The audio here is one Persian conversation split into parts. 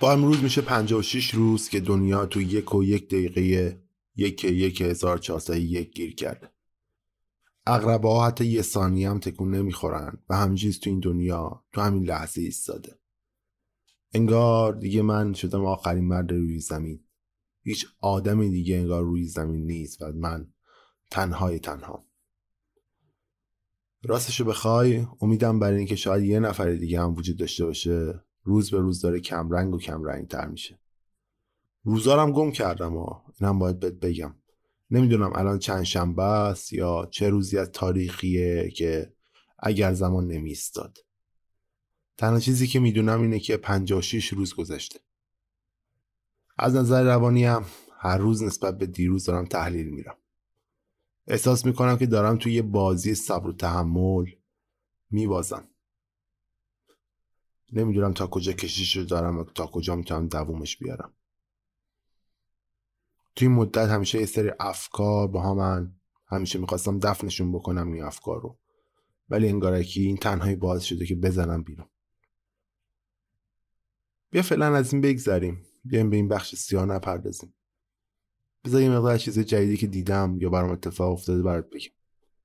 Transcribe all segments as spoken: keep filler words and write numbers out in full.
با امروز میشه پنجاه و شش روز که دنیا تو یک و یک دقیقه یک یک هزار چهارصد و یک گیر کرده. عقربه ها حتی یه ثانیه هم تکون نمیخورن و همینجوری تو این دنیا تو همین لحظه ایستاده. انگار دیگه من شدم آخرین مرد روی زمین. هیچ آدم دیگه انگار روی زمین نیست و من تنهای تنها. راستشو بخوای امیدم برای اینکه شاید یه نفر دیگه هم وجود داشته باشه روز به روز داره کم رنگ و کم رنگ تر میشه. روزارم گم کردم و اینم باید بهت بگم. نمیدونم الان چند شنبه است یا چه روزی از تاریخیه که اگر زمان نمی ایستاد. تنها چیزی که میدونم اینه که پنجاه و شش روز گذشته. از نظر روانی هم هر روز نسبت به دیروز دارم تحلیل میرم. احساس میکنم که دارم توی یه بازی صبر و تحمل میبازم. نمیدونم تا کجا کشیشو دارم و تا کجا میتونم دوومش بیارم. توی این مدت همیشه یه سری افکار با هم من همیشه میخواستم دفنشون بکنم این افکار رو، ولی انگارکی این تنهایی باعث شده که بزنم بیرون. بیا فعلا از این بگذریم، بیایم به این بخش سیاه نپردازیم. بذار یه مقدار چیز جدیدی که دیدم یا برام اتفاق افتاده برات بگم.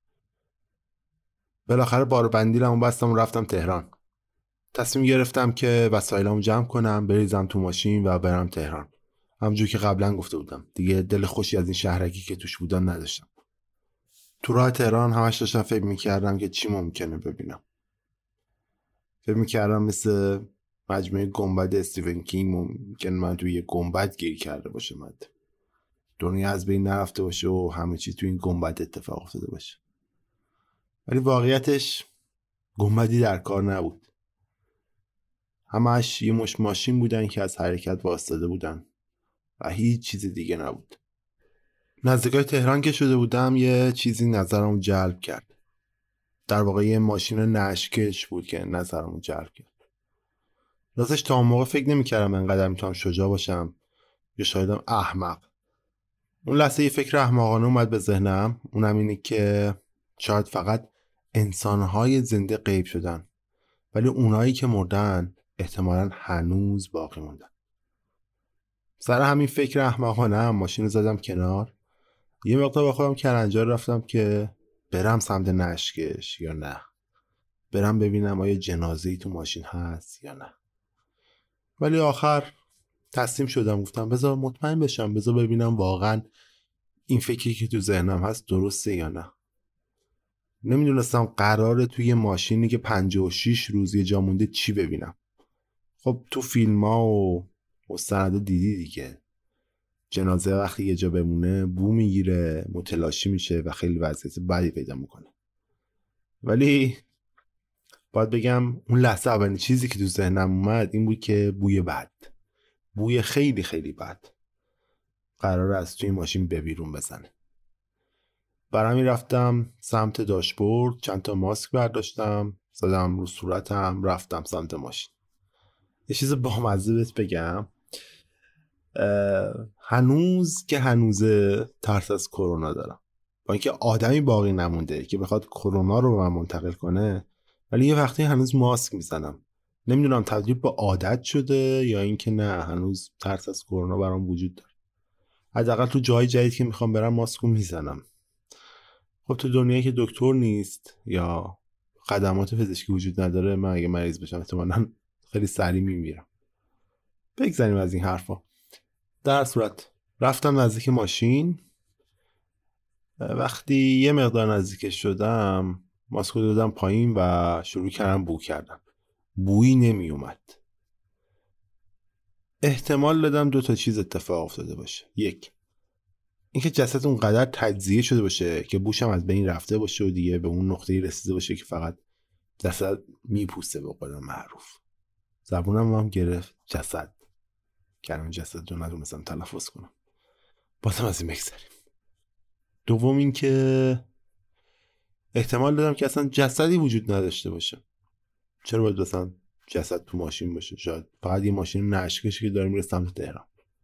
بالاخره بار بندیلمو بستم و رفتم تهران. تصمیم گرفتم که وسایلمو جمع کنم، بریزم تو ماشین و برم تهران. همونجور که قبلا گفته بودم، دیگه دل خوشی از این شهرکی که توش بودن نداشتم. تو راه تهران همش داشتم فکر میکردم که چی ممکنه ببینم. فکر میکردم مثل مجموعه گنبد استیون کینگ ممکن من توی یه گنبد گیر کرده باشه، من دنیا از بین نرفته باشه و همه چی توی این گنبد اتفاق افتاده باشه. ولی واقعیتش گنبدی در کار نبود. همش یه مش ماشین بودن که از حرکت واسطاده بودن و هیچ چیز دیگه نبود. نزدیکای تهران که شده بودم یه چیزی نظرمو جلب کرد. در واقع یه ماشین نشکش بود که نظرمو جلب کرد. راستش تا اون موقع فکر نمی‌کردم انقدر میتونم شجاع باشم یا شایدم احمق. اون لحظه یه فکر احمقانه اومد به ذهنم، اونم اینه که شاید فقط انسان‌های زنده غیب شدن ولی اونایی که مردن احتمالاً هنوز باقی موندن. سر همین فکر احمقانه هم ماشین رو زدم کنار، یه مقدار با خودم کلنجار رفتم که برم سمت نشکش یا نه، برم ببینم آیا جنازه‌ای تو ماشین هست یا نه. ولی آخر تسلیم شدم، گفتم بذار مطمئن بشم، بذار ببینم واقعا این فکری که تو ذهنم هست درسته یا نه. نمیدونستم قراره توی ماشینی که پنجاه و شش روز یه جا مونده چی ببینم. خب تو فیلم ها و مستندا دیدی دیگه، جنازه وقتی یه جا بمونه بو میگیره، متلاشی میشه و خیلی وضعیت بدی پیدا میکنه. ولی باید بگم اون لحظه اولین چیزی که تو ذهنم اومد این بود که بوی بد، بوی خیلی خیلی بد قراره از توی ماشین به بیرون بزنه. برام رفتم سمت داشبورد، چند تا ماسک برداشتم، زدم رو صورتم، رفتم سمت ماشین. یه چیز بامزه بهت بگم، هنوز که هنوزه ترس از کرونا دارم، با اینکه آدمی باقی نمونده که بخواد کرونا رو به من منتقل کنه، ولی یه وقتی هنوز ماسک میزنم. نمیدونم تبدیل به عادت شده یا اینکه نه هنوز ترس از کرونا برام وجود داره. حداقل تو جای جدید که میخوام برم ماسکو میزنم. خب تو دنیایی که دکتر نیست یا خدمات پزشکی وجود نداره، من اگه مریض بشم احتمالاً خیلی سریع میمیرم. بگذاریم از این حرفا. در صورت رفتم نزدیک ماشین. وقتی یه مقدار نزدیک شدم ماسکو دادم پایین و شروع کردم بو کردم. بویی نمی اومد. احتمال دادم دو تا چیز اتفاق افتاده باشه. یک، اینکه جسد اونقدر تجزیه شده باشه که بوشم از بین رفته باشه و دیگه به اون نقطه‌ای رسیده باشه که فقط جسد میپوسته به قول معروف. زبونم هم گرفت جسد. کلمه جسد رو ندونستم تلفظ کنم. بازم از این بگذاریم. دوم این که احتمال دادم که اصلا جسدی وجود نداشته باشه. چرا باید مثلا جسد تو ماشین باشه؟ شاید فقط یه ماشین نشکشی که داره میره سمت تهران.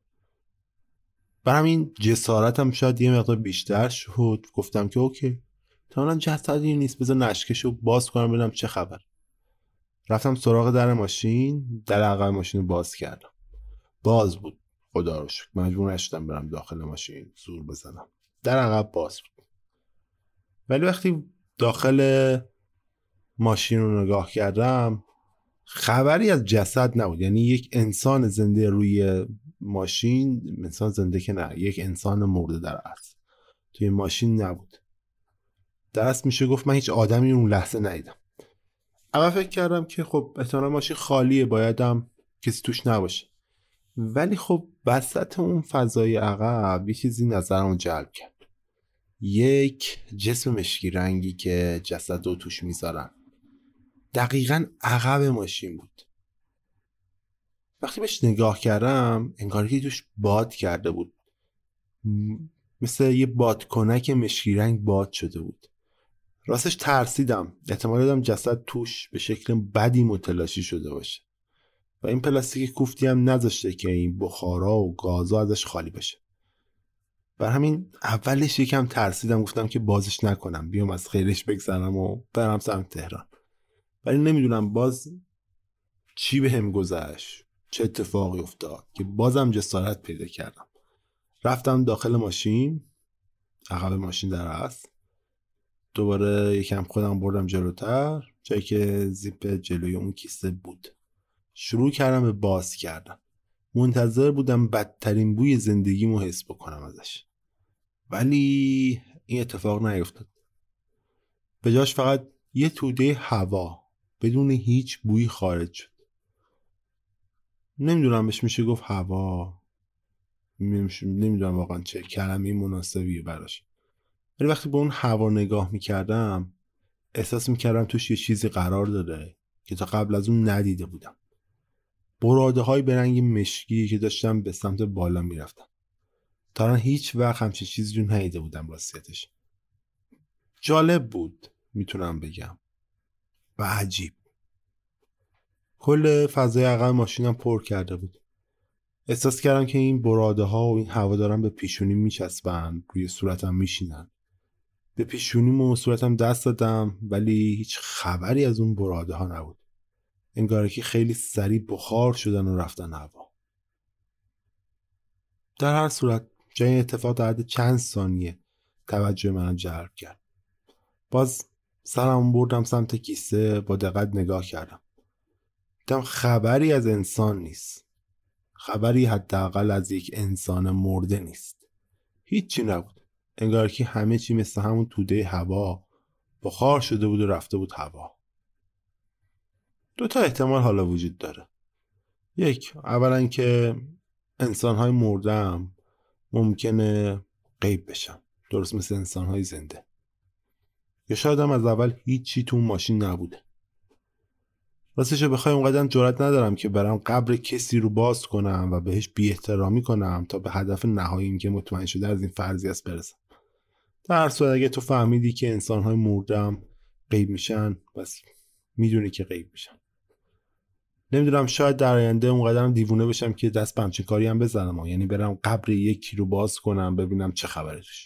برام این جسارتم شاید یه مقدار بیشتر شد. گفتم که اوکی تا الان جسدی نیست، بذار نشکشو باز کنم ببینم چه خبر. رفتم سراغ در ماشین، در عقب ماشین رو باز کردم. باز بود. خدا رو شکر مجبور نشدم برم داخل ماشین زور بزنم، در عقب باز بود. ولی وقتی داخل ماشین رو نگاه کردم خبری از جسد نبود. یعنی یک انسان زنده روی ماشین، انسان زنده که نه، یک انسان مرده در اصل توی ماشین نبود. درست میشه گفت من هیچ آدمی اون لحظه ندیدم. اول فکر کردم که خب احتمالاً ماشین خالیه، بایدم کسی توش نباشه. ولی خب وسط اون فضای عقب یه چیزی نظرمو جلب کرد. یک جسم مشکی رنگی که جسد رو توش میذارن دقیقاً عقب ماشین بود. وقتی بهش نگاه کردم انگار که توش باد کرده بود، مثل یه بادکنک مشکی رنگ باد شده بود. راستش ترسیدم، احتمال دادم جسد توش به شکل بدی متلاشی شده باشه و این پلاستیک کوفتی هم نذاشته که این بخارا و گازا ازش خالی بشه. بر همین اولش یکم ترسیدم، گفتم که بازش نکنم، بیام از خیرش بگذرم و برم سمت تهران. ولی نمیدونم باز چی به هم گذشت، چه اتفاقی افتاد که بازم جسارت پیدا کردم. رفتم داخل ماشین، عقب ماشین در اصل، دوباره یکم خودم بردم جلوتر جایی که زیپ جلوی اون کیسه بود. شروع کردم به باز کردن. منتظر بودم بدترین بوی زندگیمو حس بکنم ازش، ولی این اتفاق نیفتاد. به جاش فقط یه توده هوا بدون هیچ بویی خارج شد. نمیدونم بهش میشه گفت هوا، نمیدونم واقعا چه کلمه مناسبیه براش. ولی وقتی به اون هوا نگاه میکردم احساس میکردم توش یه چیزی قرار داره که تا قبل از اون ندیده بودم. براده های به رنگ مشکی که داشتم به سمت بالا میرفتن. تا الان هیچ وقت همچین چیزی رو ندیده بودم. راستیتش جالب بود میتونم بگم و عجیب. کل فضای عقب ماشینم پر کرده بود. احساس کردم که این براده ها و این هوا دارن به پیشونی میچسبن، روی صورتم میشینن. به پیشونیم و صورتم دست دادم ولی هیچ خبری از اون براده ها نبود. انگار که خیلی سریع بخار شدن و رفتن هوا. در هر صورت جای این اتفاق در حد چند ثانیه توجه منو جلب کرد. باز سرم بردم سمت کیسه، با دقت نگاه کردم. دیدم خبری از انسان نیست. خبری حداقل از یک انسان مرده نیست. هیچی نبود. انگار که همه چی مثل همون توده هوا بخار شده بود و رفته بود هوا. دو تا احتمال حالا وجود داره. یک، اولا که انسان‌های مرده هم ممکنه غیب بشن، درست مثل انسان‌های زنده. یا شاید هم از اول هیچی تو اون ماشین نبوده. راستش بخوای اونقدر جرئت ندارم که برم قبر کسی رو باز کنم و بهش بی احترامی کنم تا به هدف نهاییم که مطمئن شده از این فرضیه است برسم. در هر صورت اگه تو فهمیدی که انسان‌های مرده هم غیب میشن، بس میدونی که غیب میشن. نمیدونم شاید در آینده اونقدرم دیوونه بشم که دست به همچین کاری هم بزنم، یعنی برم قبر یکی رو باز کنم ببینم چه خبره توش.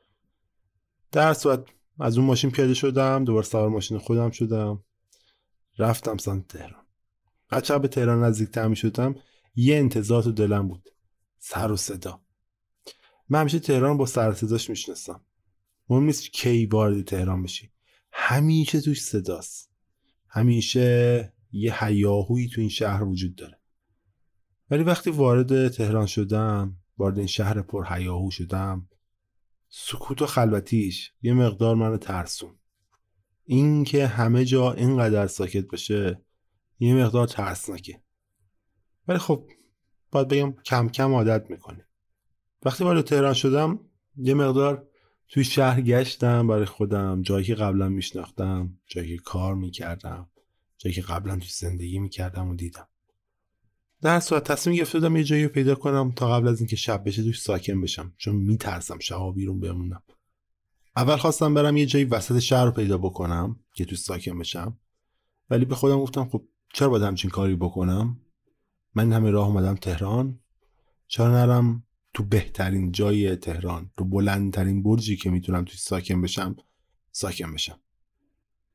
در هر صورت از اون ماشین پیاده شدم، دوباره سوار ماشین خودم شدم، رفتم سمت تهران. بچه به تهران نزدیکتر می شدم یه انتظار تو دلم بود، سر و صدا. من همیشه تهران با سر و صداش میشناسم. مهم نیست کی وارد تهران بشی، همیشه توش صداست. همیشه یه هیاهویی تو این شهر وجود داره. ولی وقتی وارد تهران شدم، وارد این شهر پر هیاهو شدم، سکوت و خلوتیش یه مقدار منو ترسون. این که همه جا اینقدر ساکت بشه یه مقدار ترسناکه. ولی خب باید بگم کم کم عادت میکنه. وقتی وارد تهران شدم یه مقدار توی شهر گشتم برای خودم، جایی که قبلا میشناختم، جایی که کار میکردم، جایی که قبلا توی زندگی میکردم و دیدم. در صورت تصمیم گرفتم یه جایی پیدا کنم تا قبل از اینکه شب بشه توش ساکن بشم، چون میترسم شبا بیرون بمونم. اول خواستم برم یه جایی وسط شهر رو پیدا بکنم که توش ساکن بشم، ولی به خودم گفتم خب چرا باید همچین کاری بکنم؟ من همه راه اومدم تهران، چرا نرم تو بهترین جای تهران، تو بلندترین برجی که میتونم توش ساکن بشم ساکن بشم.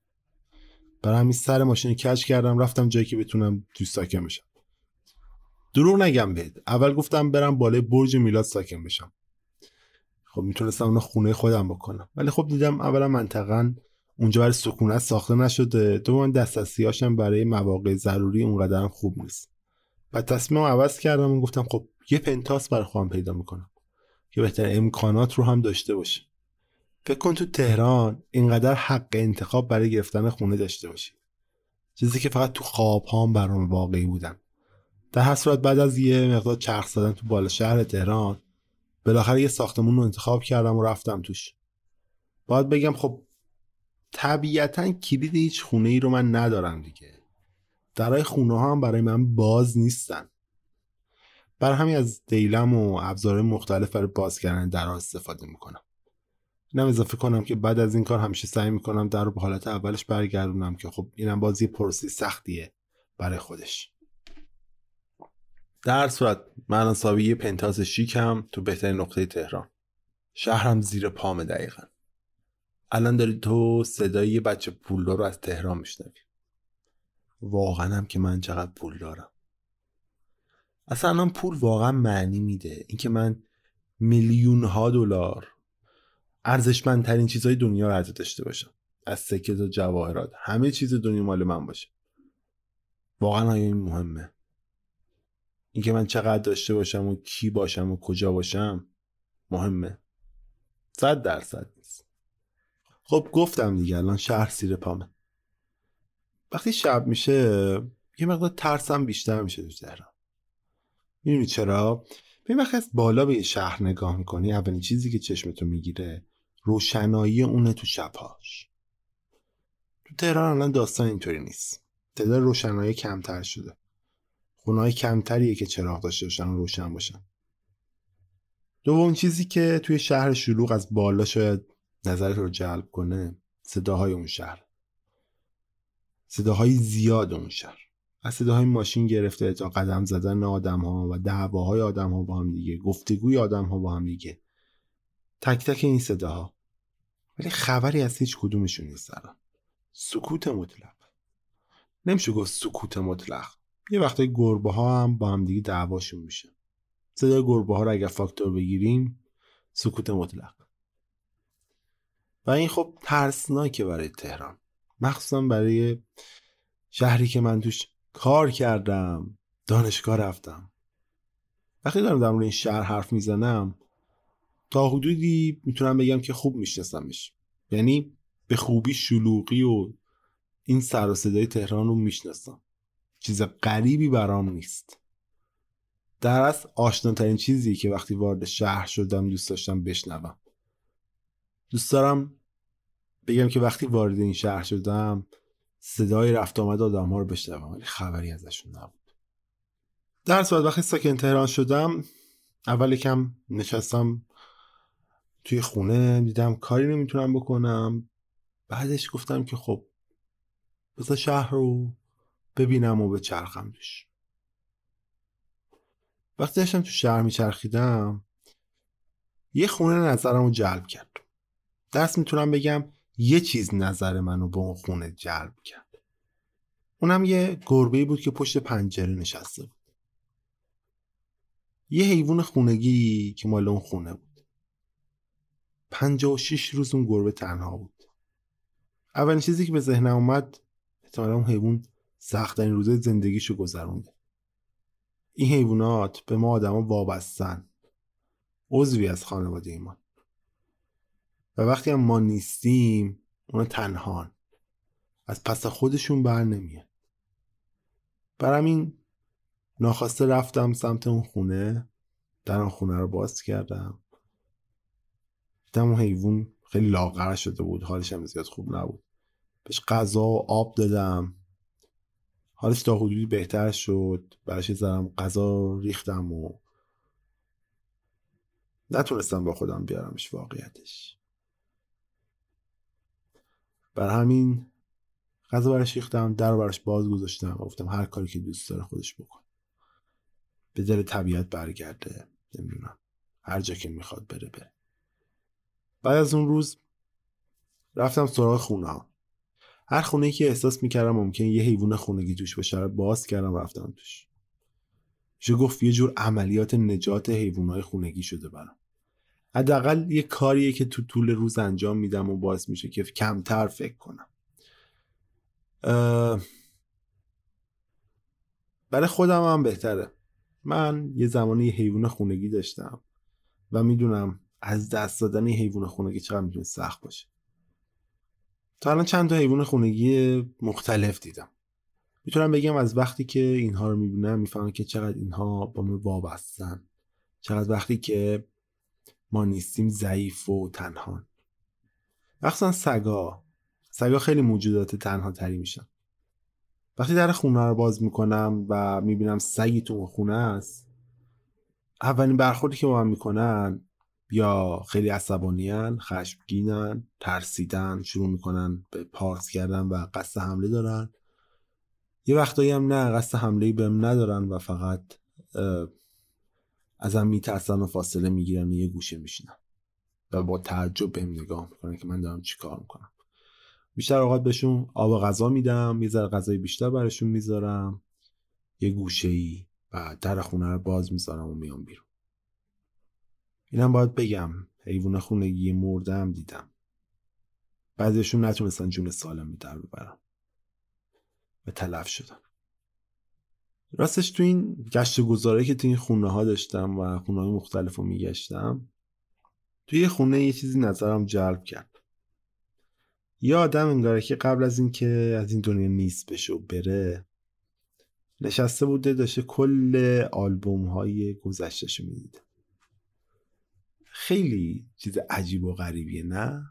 برای همین سر ماشین کج کردم، رفتم جایی که بتونم توش ساکن بشم. دروغ نگم بهت، اول گفتم برم بالای برج میلاد ساکن بشم. خب میتونستم اون خونه خودم بکنم، ولی خب دیدم اولا منطقاً اونجا برای سکونت ساخته نشده، دوم دسترسی‌هاشم برای مواقع ضروری اونقدرم خوب نیست. بعد تصمیمم عوض کردم و گفتم خب یه پنتاس برای خودم پیدا میکنم که بهترین امکانات رو هم داشته باشه. فکر کن تو تهران اینقدر حق انتخاب برای گرفتن خونه داشته باشی، چیزی که فقط تو خواب هام برام واقعی بودن. در هر صورت بعد از یه مقدار چرخ زدن تو بالا شهر تهران، بالاخره یه ساختمون رو انتخاب کردم و رفتم توش. باید بگم خب طبیعتاً کلید هیچ خونه ای رو من ندارم دیگه. درای خونه ها هم برای من باز نیستن. برای همین از دیلم و ابزارهای مختلف برای باز کردن درها استفاده میکنم. اینم اضافه کنم که بعد از این کار همیشه سعی میکنم در رو به حالت اولش برگردونم که خب اینم بازی پروسه سختیه برای خودش. در صورت من الان صاحب یه پنتاز شیکم تو بهترین نقطه تهران. شهرم زیر پام دقیقاً. الان داری تو صدای یه بچه پولدار رو از تهران میشنوی. واقعا هم که من چقدر پول دارم. اصلا الان پول واقعا معنی میده. اینکه من میلیون ها دلار ارزشمندترین چیزهای دنیا رو عرضه داشته باشم، از سکه تا جواهرات، همه چیز دنیا مال من باشه. واقعا آیا این مهمه؟ اینکه من چقدر داشته باشم و کی باشم و کجا باشم مهمه؟ صد درصد نیست. خب گفتم دیگه الان شهر زیر پامه. وقتی شب میشه یه مقدار ترسم بیشتر میشه تو تهران. میدونی چرا؟ ببین وقتی از بالا به شهر نگاه میکنی، اولین چیزی که چشمتو میگیره روشنایی اونه تو شبهاش. تو تهران الان داستان اینطوری نیست. تعداد روشنایی کمتر شده. خونه‌های کمتریه که چراغ داشته باشن و روشن باشن. دومین چیزی که توی شهر شلوغ از بالا شاید نظرت رو جلب کنه صداهای اون شهر. صداهای زیاد اون شهر. از صداهای ماشین گرفته تا قدم زدن آدم‌ها و دعواهای آدم‌ها با هم دیگه، گفتگوی آدم‌ها با هم دیگه. تک تک این صداها. ولی خبری از هیچ کدومشون نیست الان. سکوت مطلق. نمیشه گفت سکوت مطلق. یه وقتای گربه ها هم با هم دیگه دعواشون میشه. صدای گربه ها رو اگر فاکتور بگیریم سکوت مطلق. و این خب ترسناکه برای تهران، مخصوصا برای شهری که من توش کار کردم، دانشگاه رفتم. وقتی دارم در مورد این شهر حرف میزنم تا حدودی میتونم بگم که خوب میشناسمش. یعنی به خوبی شلوغی و این سر و صدای تهران رو میشناسم. چیز غریبی برام نیست. در اصل آشناترین چیزی که وقتی وارد شهر شدم دوست داشتم بشنوم. دوست دارم بگم که وقتی وارد این شهر شدم صدای رفت آمد آدم ها رو بشنوم، ولی خبری ازشون نبود. در صورت وقتی ساکن تهران شدم اول یکم نشستم توی خونه، دیدم کاری نمیتونم بکنم. بعدش گفتم که خب بذار شهر رو ببینم و بچرخم توش. وقتی داشتم تو شهر میچرخیدم یه خونه نظرم رو جلب کرد. دست میتونم بگم یه چیز نظر منو به اون خونه جلب کرد. اونم یه گربه‌ای بود که پشت پنجره نشسته بود. یه حیوان خونگی که مال اون خونه بود. پنجاه و شش روز اون گربه تنها بود. اولین چیزی که به ذهنم اومد احتمالا اون حیوان سخت‌ترین روزای زندگیشو گذرونده. این حیوانات به ما آدما وابستن، عضوی از خانواده ایمان. و وقتی هم ما نیستیم اونا تنهان، از پس خودشون بر نمیاد. برام این ناخواسته رفتم سمت اون خونه، در اون خونه رو باز کردم. دیدم اون حیوان خیلی لاغر شده بود، حالش هم زیاد خوب نبود. بهش غذا و آب دادم، حالش تا حدودی بهتر شد. براش زدم غذا ریختم و نتونستم با خودم بیارمش واقعیتش. بر همین غذا براش ریختم، در رو براش باز گذاشتم و گفتم هر کاری که دوست داره خودش بکن، به دل طبیعت برگرده، نمیدونم هر جا که میخواد بره بره. بعد از اون روز رفتم سراغ خونه ها. هر خونه‌ای که احساس میکردم ممکن یه حیوان خونگی توش باشه رو باز کردم رفتم توش. میشه گفت یه جور عملیات نجات حیوانات خونگی شده برام. حداقل یه کاریه که تو طول روز انجام میدم و باعث میشه که کمتر فکر کنم. برای خودم هم بهتره. من یه زمانی یه حیوان خونگی داشتم و میدونم از دست دادن یه حیوان خونگی چقدر میتونه سخت باشه. تا الان چند تا حیوان خونگی مختلف دیدم. میتونم بگم از وقتی که اینها رو میبینم میفهمم که چقدر اینها با من وابستن، چقدر وقتی که ما نیستیم ضعیف و تنها. مخصوصا سگا سگا خیلی موجودات تنها تری میشن. وقتی در خونه رو باز میکنم و میبینم سگی تو خونه است، اولین برخوردی که با من میکنن یا خیلی عصبانیان، خشمگینن، ترسیدن، شروع میکنن به پارس کردن و قصد حمله دارن. یه وقتایی هم نه، قصد حمله‌ای بهم ندارن و فقط ازم میترسن و فاصله میگیرن و یه گوشه میشینن و با تعجب بهم نگاه میکنن که من دارم چی کار میکنم. بیشتر اوقات بهشون آب و غذا میدم، یه ذره غذای بیشتر براشون میذارم، یه گوشه‌ای، و در خونه رو باز میذارم و میام بیرون. اینم باید بگم حیوان خونگی مرده هم دیدم. بعضیشون نتونستن جون سالم به در ببرن و تلف شدن. راستش تو این گشت و گذاره که تو این خونه ها داشتم و خونه های مختلف رو میگشتم، توی یه خونه یه چیزی نظرم جلب کرد. یه آدم انگاره که قبل از این که از این دنیا نیست بشه و بره، نشسته بوده داشته کل آلبوم های گذشته‌شو میدیده. خیلی چیز عجیب و غریبیه، نه؟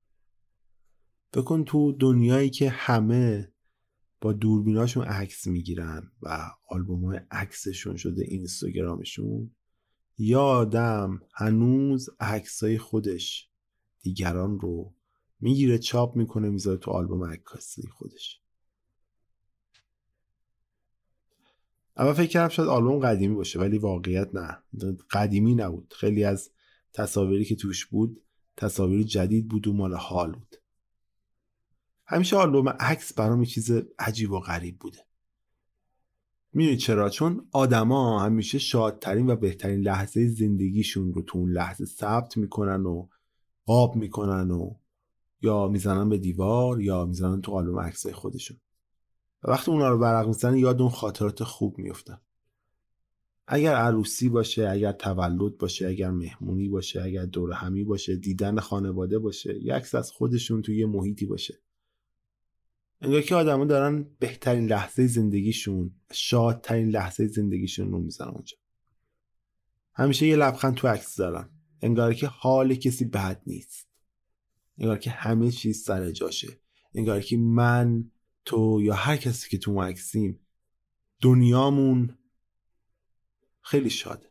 بکن تو دنیایی که همه با دوربیناشون عکس میگیرن و آلبوم‌های عکسشون شده اینستاگرامشون، یا آدم هنوز عکسای خودش دیگران رو میگیره چاپ میکنه میذاره تو آلبوم عکاسی خودش. اما فکر کردم شاید آلبوم قدیمی باشه، ولی واقعیت نه، قدیمی نبود. خیلی از تصاویری که توش بود تصاویر جدید بود و مال حال بود. همیشه آلبوم عکس برام یه چیز عجیب و غریب بوده. میدونی چرا؟ چون آدما همیشه شادترین و بهترین لحظه زندگیشون رو تو اون لحظه ثبت میکنن و قاب میکنن و یا میزنن به دیوار یا میزنن تو آلبوم عکسای خودشون. و وقتی اونا رو ورق میزنن یاد اون خاطرات خوب میفتن. اگر عروسی باشه، اگر تولد باشه، اگر مهمونی باشه، اگر دور همی باشه، دیدن خانواده باشه، یک عکس از خودشون توی یه محیطی باشه، انگار که آدما دارن بهترین لحظه زندگیشون، شادترین لحظه زندگیشون رو میزنن اونجا. همیشه یه لبخند تو عکس دارن، انگار که حال کسی بد نیست، انگار که همه چیز سر جاشه، انگار که من، تو یا هر کسی که تو عکسیم دنیامون خیلی شاده.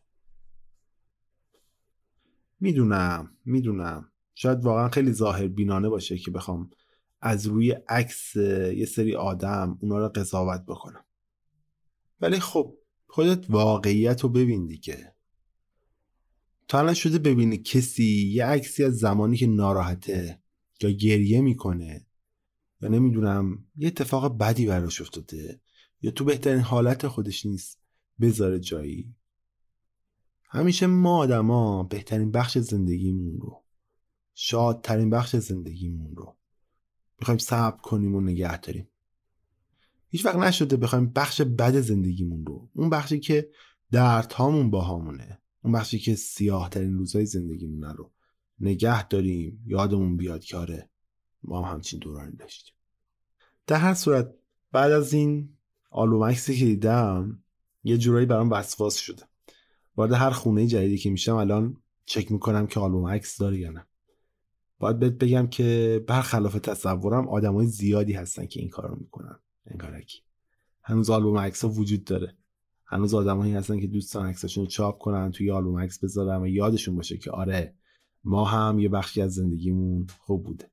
میدونم میدونم شاید واقعا خیلی ظاهر بینانه باشه که بخوام از روی عکس یه سری آدم اونا رو قضاوت بکنم، ولی خب خودت واقعیت رو ببین دیگه. تا الان شده ببینی کسی یه عکسی از زمانی که ناراحته یا گریه میکنه یا نمیدونم یه اتفاق بدی براش افتاده یا تو بهترین حالت خودش نیست بذاره جایی؟ همیشه ما آدما بهترین بخش زندگیمون رو، شادترین بخش زندگیمون رو میخوایم ثبت کنیم و نگه داریم. هیچ وقت نشده بخوایم بخش بد زندگیمون رو، اون بخشی که دردهامون باهامونه، اون بخشی که سیاه ترین روزهای زندگیمون رو نگه داریم، یادمون بیاد که آره ما هم همچین دورانی داشتیم. در هر صورت بعد از این آلبوم عکسی که دیدم یه جورایی برام وسواس شده. وارد هر خونه جدیدی که میشم الان چک میکنم که آلبوم عکس داره یا نه. باید بهت بگم که برخلاف تصورم آدمای زیادی هستن که این کارو میکنن. انگارکی هنوز آلبوم عکس‌ها وجود داره. هنوز آدمایی هستن که دوستان عکساشون رو چاپ کنن توی آلبوم عکس بذارن و یادشون باشه که آره ما هم یه بخشی از زندگیمون خوب بوده.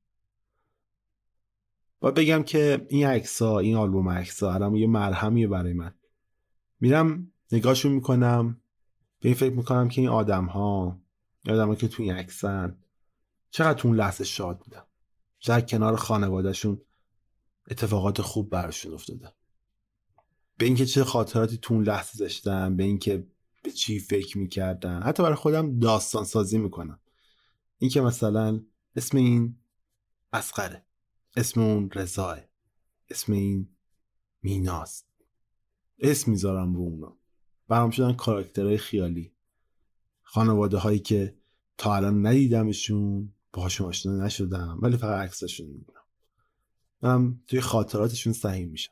باید بگم که این عکس‌ها، این آلبوم عکس‌ها الان یه مرهمیه برای من. میرم نگاهشون میکنم، به این فکر میکنم که این آدم‌ها، آدمایی که توی این عکسن چقدر تو اون لحظه شاد بودن. در کنار خانوادهشون اتفاقات خوب براشون افتاده. به اینکه چه خاطراتی تو اون لحظه داشتم، به اینکه به چی فکر میکردم. حتی برای خودم داستان سازی میکنم. اینکه مثلا اسم این اصغره، اسم اون رضاه، اسم این میناست، اسم میذارم رو اونا. برام شدن کاراکترهای خیالی، خانواده هایی که تا الان ندیدمشون، باهاشون آشنا نشدم، ولی فقط عکساشون میبینم. من توی خاطراتشون سهیم میشم.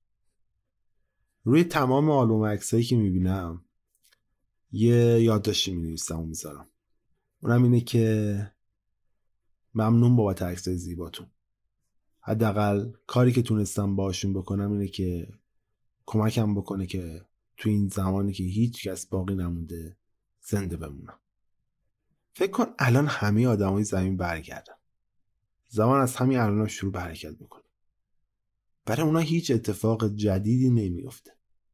روی تمام آلبوم عکسایی که میبینم یه یادداشتی مینویسم و میذارم. اونم اینه که ممنون بابت عکسای زیباتون. حداقل کاری که تونستم باشون بکنم اینه که کمکم بکنه که تو این زمانی که هیچ کس باقی نمونده زنده بمونم. فکر کن الان همه آدمای زمین برگردن. زمان از همین الان شروع به حرکت میکنه. برای اونا هیچ اتفاق جدیدی نمیفته.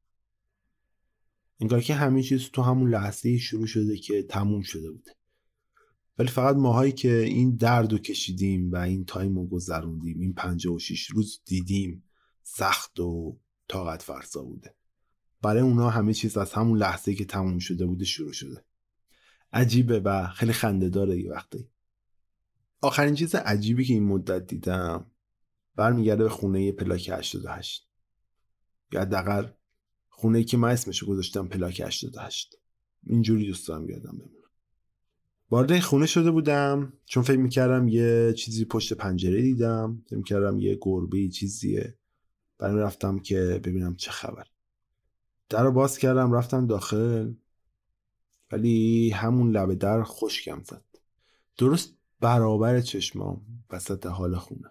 انگار که همه چیز تو همون لحظه شروع شده که تموم شده بوده. ولی فقط ماهایی که این درد رو کشیدیم و این تایم رو گذروندیم، این پنجاه و شش روز دیدیم سخت و طاقت فرسا بوده. برای اونا همه چیز از همون لحظه که تموم شده بوده شروع شده. عجیبه و خیلی خنده داره یه وقتی. آخرین چیز عجیبی که این مدت دیدم برمیگرده به خونه پلاک هشتاد و هشت. یا حداقل خونه‌ای که من اسمشو گذاشتم پلاک هشتاد و هشت. اینجوری دوست دارم یادم بمونه. وارد این خونه شده بودم چون فکر میکردم یه چیزی پشت پنجره دیدم، فکر میکردم یه گربه چیزیه. برای رفتم که ببینم چه خبر. در رو باز کردم رفتم داخل، ولی همون لبه در خشکم زد. درست برابر چشمام وسط حال خونه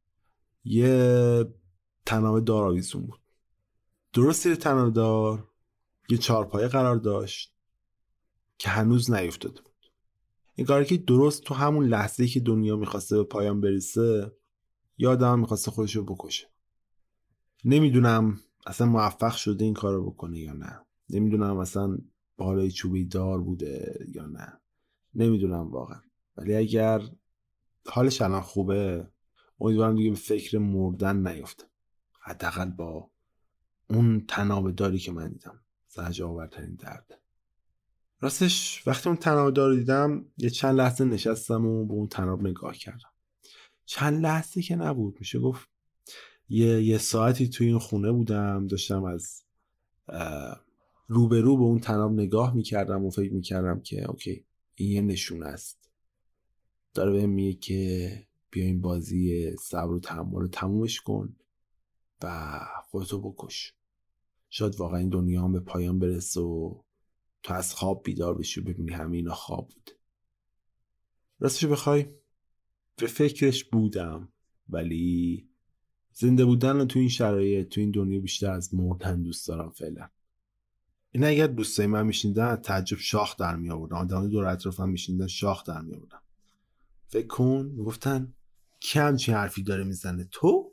یه تناب دار آویزون بود. درست زیر تناب دار یه چارپایه قرار داشت که هنوز نیفتاده بود. این کاری که درست تو همون لحظه‌ای که دنیا میخواسته به پایان برسه یادم میخواسته خودشو بکشه. نمیدونم اصلا موفق شده این کارو بکنه یا نه. نمیدونم اصلا بالای چوبی دار بوده یا نه. نمیدونم واقعا. ولی اگر حالش الان خوبه امیدوارم دیگه به فکر مردن نیفته. حداقل با اون تناب داری که من دیدم زجر آورترین درد. راستش وقتی اون تناب دار رو دیدم یه چند لحظه نشستم و به اون تناب نگاه کردم. چند لحظه که نبود، میشه گفت یه یه ساعتی توی این خونه بودم، داشتم از روبرو به اون تناب نگاه میکردم و فکر میکردم که اوکی این یه نشونه است، داره بهم میگه که بیا این بازی صبر و تحمل رو تمومش کن و خودتو بکش. شاید واقعا این دنیا هم به پایان برسه و تو از خواب بیدار بشی و ببینی همه اینا خواب بود. راستش بخوای به فکرش بودم، ولی زنده بودن رو تو این شرایط تو این دنیا بیشتر از مردن دوست دارم فعلا. این اگر دوستای من میشنیدن تعجب شاخ در می آوردن، آدمای دور اطرافم میشنیدن شاخ در می آوردن. فکر کن میگفتن کی همچین حرفی داره میزنه؟ تو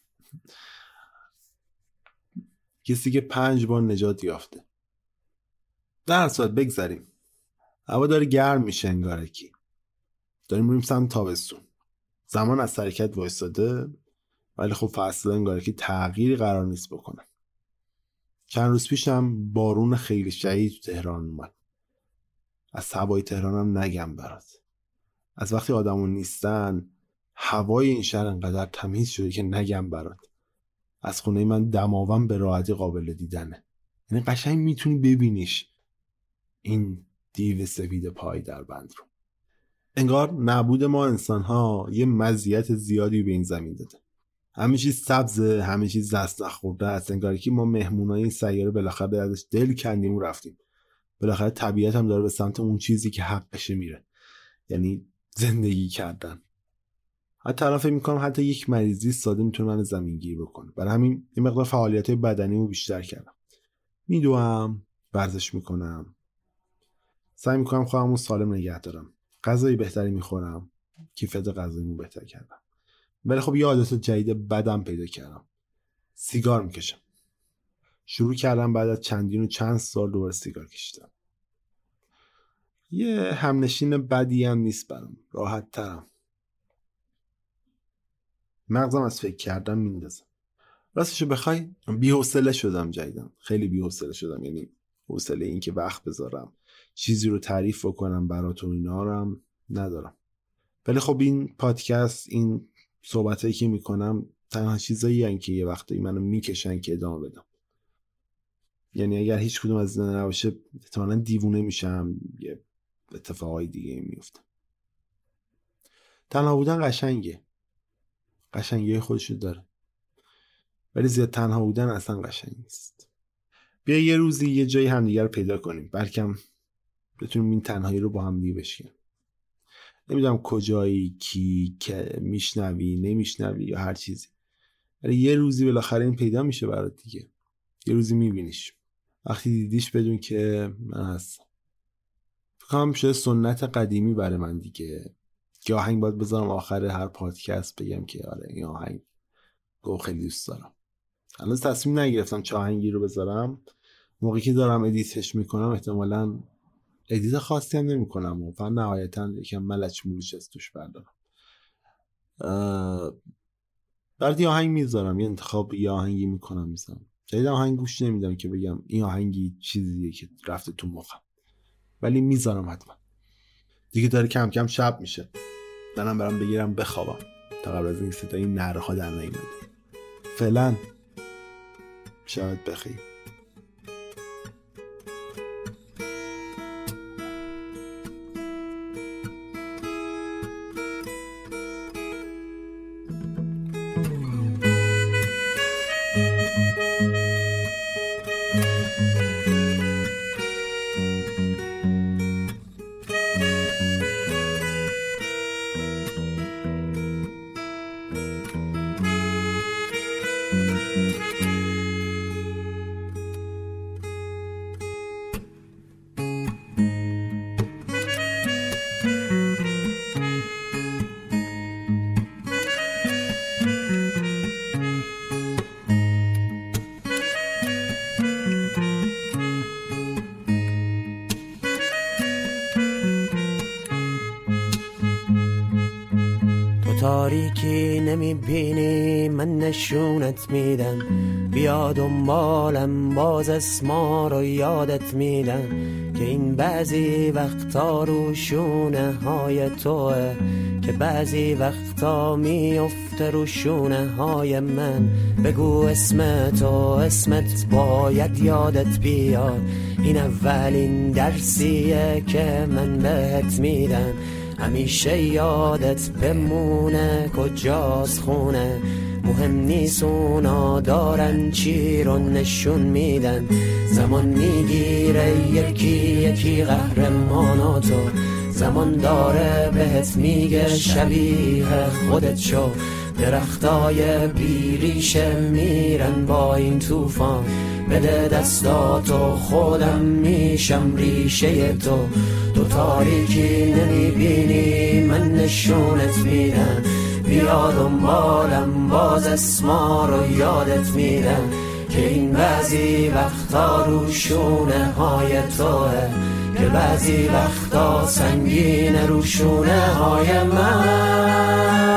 کسی که پنج بار نجات یافته. در صورت بگذاریم. هوا داره گرم میشه انگارکی. داریم میریم سمت تابستون. زمان از حرکت وایساده، ولی خب فصل انگارکی تغییری قرار نیست بکنه. چند روز پیشم بارون خیلی شدید تو تهران اومد. از هوای تهران هم نگم برات. از وقتی آدمون نیستن هوای این شهر انقدر تمیز شده که نگم برات. از خونه من دماوند به راحتی قابل دیدنه. یعنی قشنگ میتونی ببینیش این دیو سفید پای در بند رو. انگار نبود ما انسان ها یه مزیت زیادی به این زمین داده. همه چیز سبزه، همه چیز دست نخورده است. انگار که ما مهمونای این سیاره بالاخره ازش دل کندیم و رفتیم. بالاخره طبیعت هم داره به سمت اون چیزی که حقشه میره، یعنی زندگی کردن. حتی الان فکر میکنم حتی یک مریضی ساده میتونه من زمینگیر بکنه. برای همین یه مقدار فعالیت‌های بدنیمو بیشتر کردم. میدوام، ورزش میکنم، سعی میکنم خودمو سالم نگه دارم، غذای بهتری میخورم، کیفیت غذاییمو بهتر کردم. ولی خب یه عادت جدید بدم پیدا کردم. سیگار میکشم. شروع کردم بعد از چندین و چند سال دوباره سیگار کشیدم. یه همنشین بدی هم نیست برام. راحت ترم. مغزم از فکر کردن میندازم. راستشو بخوای بی‌حوصله شدم جدیدن، خیلی بی‌حوصله شدم. یعنی حوصله این که وقت بذارم چیزی رو تعریف کنم براتون اینا رو هم ندارم. ولی خب این پادکست، این صحبتایی که میکنم تنها چیزایی هستن که یه وقتایی منو میکشن که ادامه بدم. یعنی اگر هیچ کدوم از اینا نباشه احتمالاً دیوونه میشم، یه اتفاقای دیگه میفته. تنها بودن قشنگه، قشنگی خودشو داره، ولی زیاد تنها بودن اصلا قشنگ نیست. بیا یه روزی یه جایی همدیگه رو پیدا کنیم، بلکم بتونیم این تنهایی رو با هم دیگه بشکنیم. نمیدونم کجایی، کی، که میشنوی نمیشنوی یا هر چیزی، ولی یه روزی بالاخره این پیدا میشه برات دیگه. یه روزی میبینیش. وقتی دیدیش بدون که من هستم. فکر کنم شده سنت قدیمی برای من دیگه که آهنگ باید بذارم آخر هر پادکست بگم که آره این آهنگ گو خیلی دوست دارم. هنوز تصمیم نگرفتم چه آهنگی رو بذارم. موقعی که دارم ادیتش میکنم احتمالاً ادیت خاصی هم نمی کنم و فقط نهایتاً یکم ملچ مولش از توش بردارم. بعد یه آهنگ میذارم، یه انتخاب یه آهنگی میکنم میذارم. جدید آهنگ گوش نمیدم که بگم این آهنگی چیزیه که رفته تو مخم، ولی میذارم حتما. دیگه داره کم کم شب میشه، منم برام بگیرم بخوابم تا قبل از این صدای نرها در نیومده. فعلا شبت بخیر. تاریکی نمیبینی من نشونت میدم، بیا دنبالم باز اسما رو یادت میدم که این بعضی وقتا رو شونه های توه، که بعضی وقتا میفته رو شونه های من. بگو اسم تو، اسمت باید یادت بیاد، این اولین درسیه که من بهت میدم. همیشه یادت بمونه کجاست خونه، مهم نیست اونا دارن چی رو نشون میدن. زمان میگیره یکی یکی قهرماناتو، زمان داره بهت میگه شبیه خودت شو. درختای بیریشه میرن با این طوفان، بده دستاتو خودم میشم ریشه تو. تو تاریکی نمیبینی من نشونت میدم، بیا دنبالم باز اسما رو یادت میدم که این بعضی وقتا رو شونه های توه، که بعضی وقتا سنگین رو شونه های من.